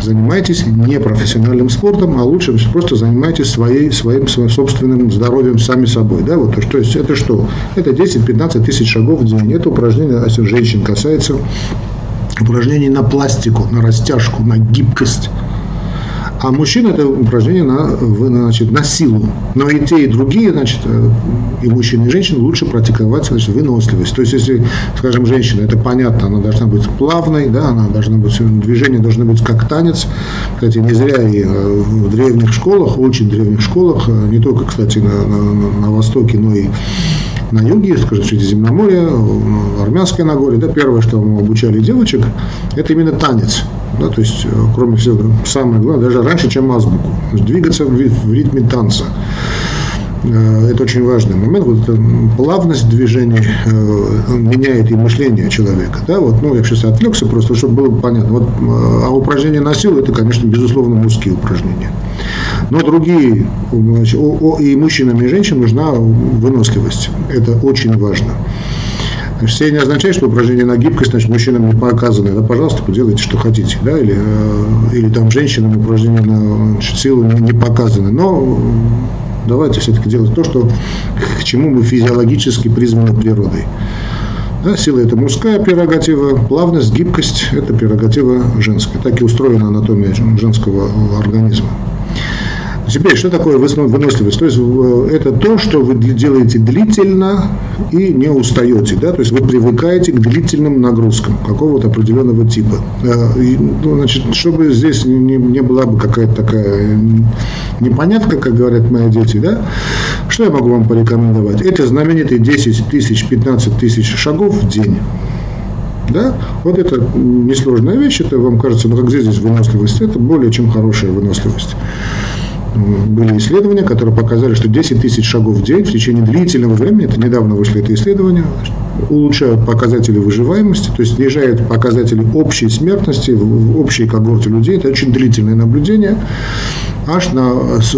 занимайтесь не профессиональным спортом, а лучше просто занимайтесь своим собственным здоровьем сами собой. Да? Вот, то есть это что? Это 10-15 тысяч шагов в день. Это упражнение, если женщин касается, упражнений на пластику, на растяжку, на гибкость. А мужчин это упражнение на силу. Но и те, и другие, и мужчины, и женщины лучше практиковать выносливость. То есть, если, скажем, женщина, это понятно, она должна быть плавной, да, движение должно быть как танец. Кстати, не зря и в древних школах, очень древних школах, не только, кстати, на Востоке, но и на юге, скажем, Средиземноморье, Армянское Нагорье, да, первое, что мы обучали девочек, это именно танец. Да, то есть, кроме всего, самое главное, даже раньше, чем азбуку, двигаться в ритме танца. Это очень важный момент. Вот плавность движений меняет и мощение человека. Да? Вот, я сейчас отвлекся, просто чтобы было понятно. А упражнения на силу, это, конечно, безусловно, мужские упражнения. Но другие, и мужчинам, и женщинам нужна выносливость. Это очень важно. Все не означает, что упражнения на гибкость, мужчинам не показаны. Да, пожалуйста, поделайте, что хотите. Да? Или там женщинам упражнения на силу не показаны. Но давайте все-таки делать то, к чему мы физиологически призваны природой. Да, сила – это мужская прерогатива, плавность, гибкость – это прерогатива женская. Так и устроена анатомия женского организма. Теперь, что такое выносливость? То есть, это то, что вы делаете длительно и не устаете. Да? То есть, вы привыкаете к длительным нагрузкам какого-то определенного типа. Чтобы здесь не была бы какая-то такая непонятка, как говорят мои дети, да? Что я могу вам порекомендовать? Это знаменитые 10 тысяч, 15 тысяч шагов в день. Да? Вот это несложная вещь, это вам кажется, где здесь выносливость? Это более чем хорошая выносливость. Были исследования, которые показали, что 10 тысяч шагов в день в течение длительного времени, это недавно вышло это исследование, улучшают показатели выживаемости, то есть снижают показатели общей смертности в общей когорте людей. Это очень длительное наблюдение, аж на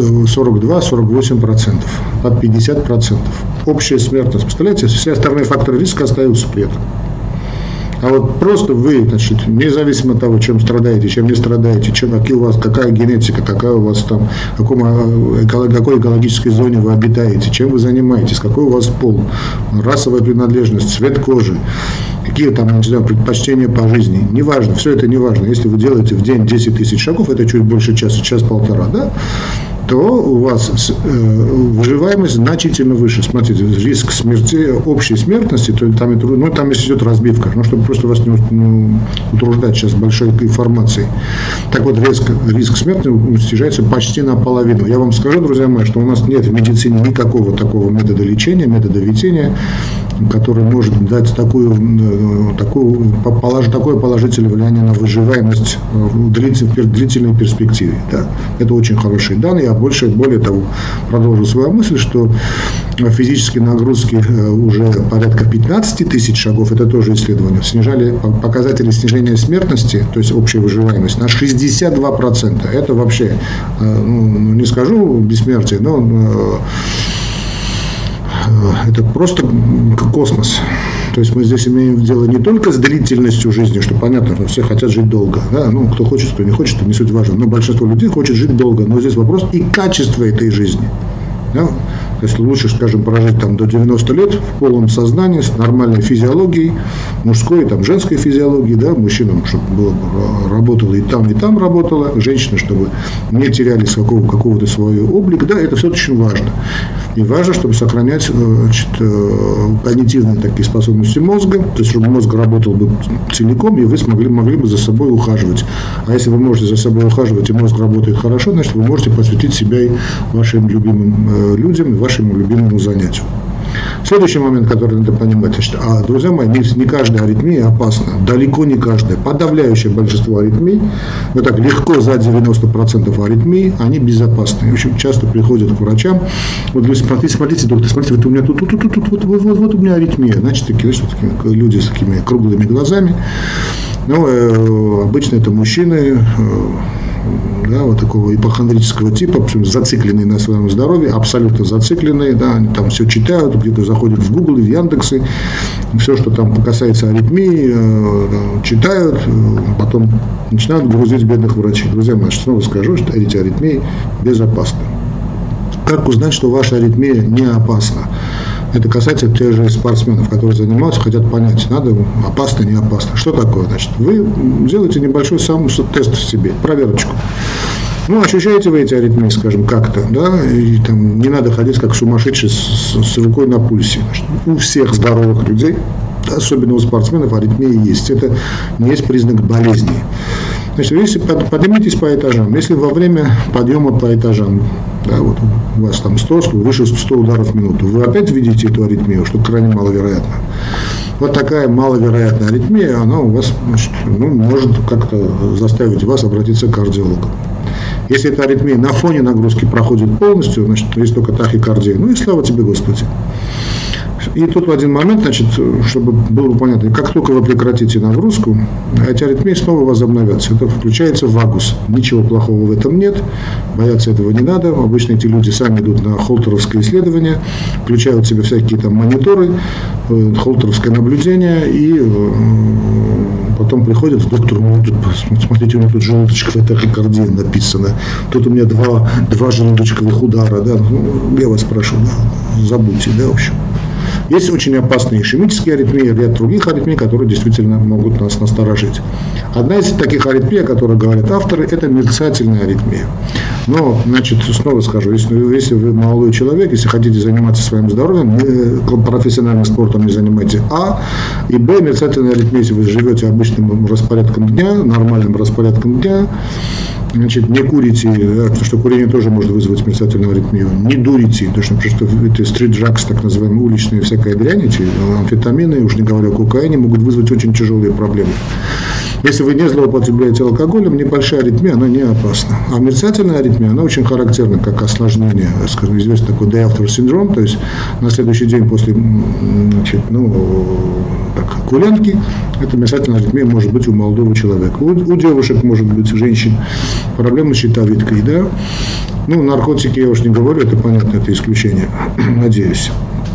42-48%, под 50%. Общая смертность, представляете, все остальные факторы риска остаются при этом. А вот просто вы, независимо от того, чем страдаете, чем не страдаете, какая генетика, какая у вас там, в какой экологической зоне вы обитаете, чем вы занимаетесь, какой у вас пол, расовая принадлежность, цвет кожи, какие там, предпочтения по жизни, неважно, все это неважно. Если вы делаете в день 10 тысяч шагов, это чуть больше часа, час-полтора, да? То у вас выживаемость значительно выше. Смотрите, риск смерти, общей смертности, то там если идет разбивка, чтобы просто вас не утруждать сейчас большой информацией. Так вот, риск смерти снижается почти наполовину. Я вам скажу, друзья мои, что у нас нет в медицине никакого такого метода лечения, метода ведения, который может дать такое положительное влияние на выживаемость в длительной перспективе. Да. Это очень хорошие данные. Более того, продолжу свою мысль, что физические нагрузки уже порядка 15 тысяч шагов, это тоже исследование, снижали показатели снижения смертности, то есть общая выживаемость, на 62%. Это вообще, не скажу бессмертие, но это просто космос. То есть мы здесь имеем дело не только с длительностью жизни, что понятно, что все хотят жить долго. Да? Кто хочет, кто не хочет, это не суть важно. Но большинство людей хочет жить долго. Но здесь вопрос и качества этой жизни. Да? Если лучше, скажем, прожить до 90 лет в полном сознании, с нормальной физиологией, мужской и женской физиологией, да, мужчинам, чтобы работало и там работало, женщины, чтобы не теряли какого-то свой облик, да, это все очень важно. И важно, чтобы сохранять когнитивные такие способности мозга, то есть, чтобы мозг работал бы целиком, и вы могли бы за собой ухаживать. А если вы можете за собой ухаживать, и мозг работает хорошо, значит, вы можете посвятить себя и вашим любимым людям, и вашему любимому занятию. Следующий момент, который надо понимать, друзья мои, не каждая аритмия опасна, далеко не каждая. Подавляющее большинство аритмий, легко за 90% аритмий, они безопасны. Очень часто приходят к врачам, смотрите, доктор, смотрите, вот у меня вот у меня аритмия. Значит, такие люди с такими круглыми глазами. Обычно это мужчины, да, вот такого ипохондрического типа, зацикленные на своем здоровье, абсолютно зацикленные, да, они там все читают, где-то заходят в Google, в Яндексы, все, что там касается аритмии, читают, потом начинают грузить бедных врачей. Друзья мои, снова скажу, что эти аритмии безопасны. Как узнать, что ваша аритмия не опасна? Это касается тех же спортсменов, которые занимаются, хотят понять, надо, опасно, не опасно. Что такое? Значит, вы делаете небольшой сам тест в себе, проверочку. Ну, ощущаете вы эти аритмии, скажем, как-то, да, и там не надо ходить как сумасшедший с рукой на пульсе. Значит, у всех здоровых людей, особенно у спортсменов, аритмии есть. Это не есть признак болезни. Значит, если поднимитесь по этажам, если во время подъема по этажам, да, вот у вас там 100, выше 100 ударов в минуту, вы опять видите эту аритмию, что крайне маловероятно. Вот такая маловероятная аритмия, она у вас, значит, может как-то заставить вас обратиться к кардиологу. Если эта аритмия на фоне нагрузки проходит полностью, значит, есть только тахикардия, и слава тебе, Господи. И тут в один момент, значит, чтобы было понятно, как только вы прекратите нагрузку, эти аритмии снова возобновятся. Это включается вагус. Ничего плохого в этом нет, бояться этого не надо. Обычно эти люди сами идут на холтеровское исследование, включают в себя всякие там мониторы, холтеровское наблюдение, и потом приходят к доктору, смотрите, у меня тут желудочковая тахикардия написано, тут у меня два желудочковых удара, да, я вас прошу, да, забудьте, да, в общем. Есть очень опасные ишемические аритмии, ряд других аритмий, которые действительно могут нас насторожить. Одна из таких аритмий, о которой говорят авторы, это мерцательная аритмия. Но, значит, снова скажу, если вы молодой человек, если хотите заниматься своим здоровьем, профессиональным спортом не занимайте, и б, мерцательная аритмия, если вы живете обычным распорядком дня, нормальным распорядком дня, значит, не курите, да, потому что курение тоже может вызвать мерцательную аритмию, не дурите, потому что эти стрит-драгс, так называемые уличные, всякая дрянь, эти амфетамины, уж не говоря о кокаине, могут вызвать очень тяжелые проблемы. Если вы не злоупотребляете алкоголем, небольшая аритмия, она не опасна. А мерцательная аритмия, она очень характерна как осложнение, скажем, известный такой day after синдром, то есть на следующий день после, значит, курянки, эта мерцательная аритмия может быть у молодого человека. У девушек, может быть, женщин, проблемы с щитовидкой, да. Наркотики, я уж не говорю, это понятно, это исключение, надеюсь.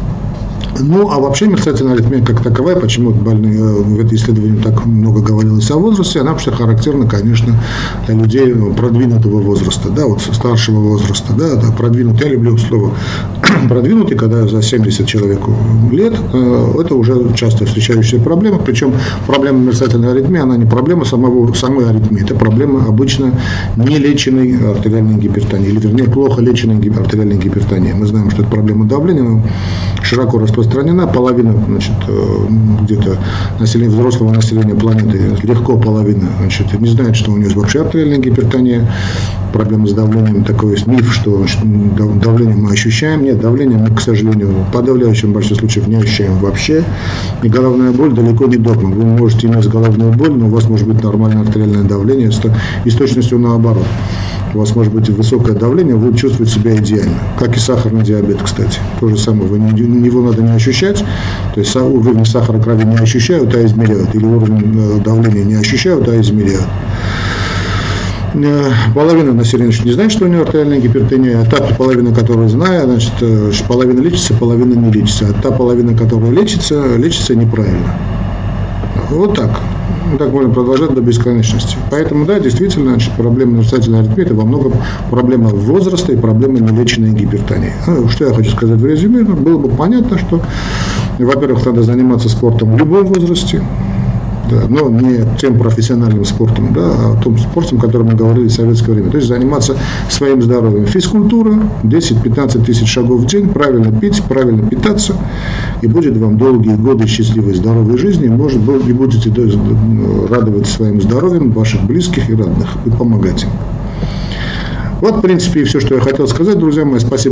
А вообще мерцательная аритмия как таковая, почему в этом исследовании так много говорилось о возрасте, она вообще характерна, конечно, для людей продвинутого возраста, да, вот старшего возраста, да, продвинутый, я люблю слово продвинутый, когда за 70 человеку лет, это уже часто встречающаяся проблема, причем проблема мерцательной аритмии, она не проблема самой аритмии, это проблема обычно нелеченной артериальной гипертонии, или вернее плохо леченной артериальной гипертонии. Мы знаем, что это проблема давления, но широко распространена, половина, значит, где-то населения, взрослого населения планеты, легко половина, значит, не знает, что у нее вообще артериальная гипертония, проблема с давлением, такой есть миф, что, значит, давление мы ощущаем. Нет, давление мы, к сожалению, в подавляющем большинстве случаев не ощущаем вообще. И головная боль далеко не догма. Вы можете иметь головную боль, но у вас может быть нормальное артериальное давление, и с точностью наоборот. У вас может быть высокое давление, вы чувствуете себя идеально. Как и сахарный диабет, кстати. То же самое, его надо не ощущать, то есть уровень сахара крови не ощущают, а измеряют. Или уровень давления не ощущают, а измеряют. Половина населения не знает, что у него артериальная гипертония, а та половина, которая знает, значит, половина лечится, половина не лечится. А та половина, которая лечится неправильно. Вот так. Так можно продолжать до бесконечности. Поэтому, да, действительно, значит, проблема мерцательной аритмии – это во многом проблема возраста и проблема нелеченной гипертонии. Что я хочу сказать в резюме? Было бы понятно, что, во-первых, надо заниматься спортом в любом возрасте, да, но не тем профессиональным спортом, да, а том спортом, о котором мы говорили в советское время. То есть заниматься своим здоровьем. Физкультура, 10-15 тысяч шагов в день, правильно пить, правильно питаться, и будет вам долгие годы счастливой, здоровой жизни, может быть, и будете радовать своим здоровьем ваших близких и родных, и помогать им. Вот, в принципе, и все, что я хотел сказать, друзья мои. Спасибо.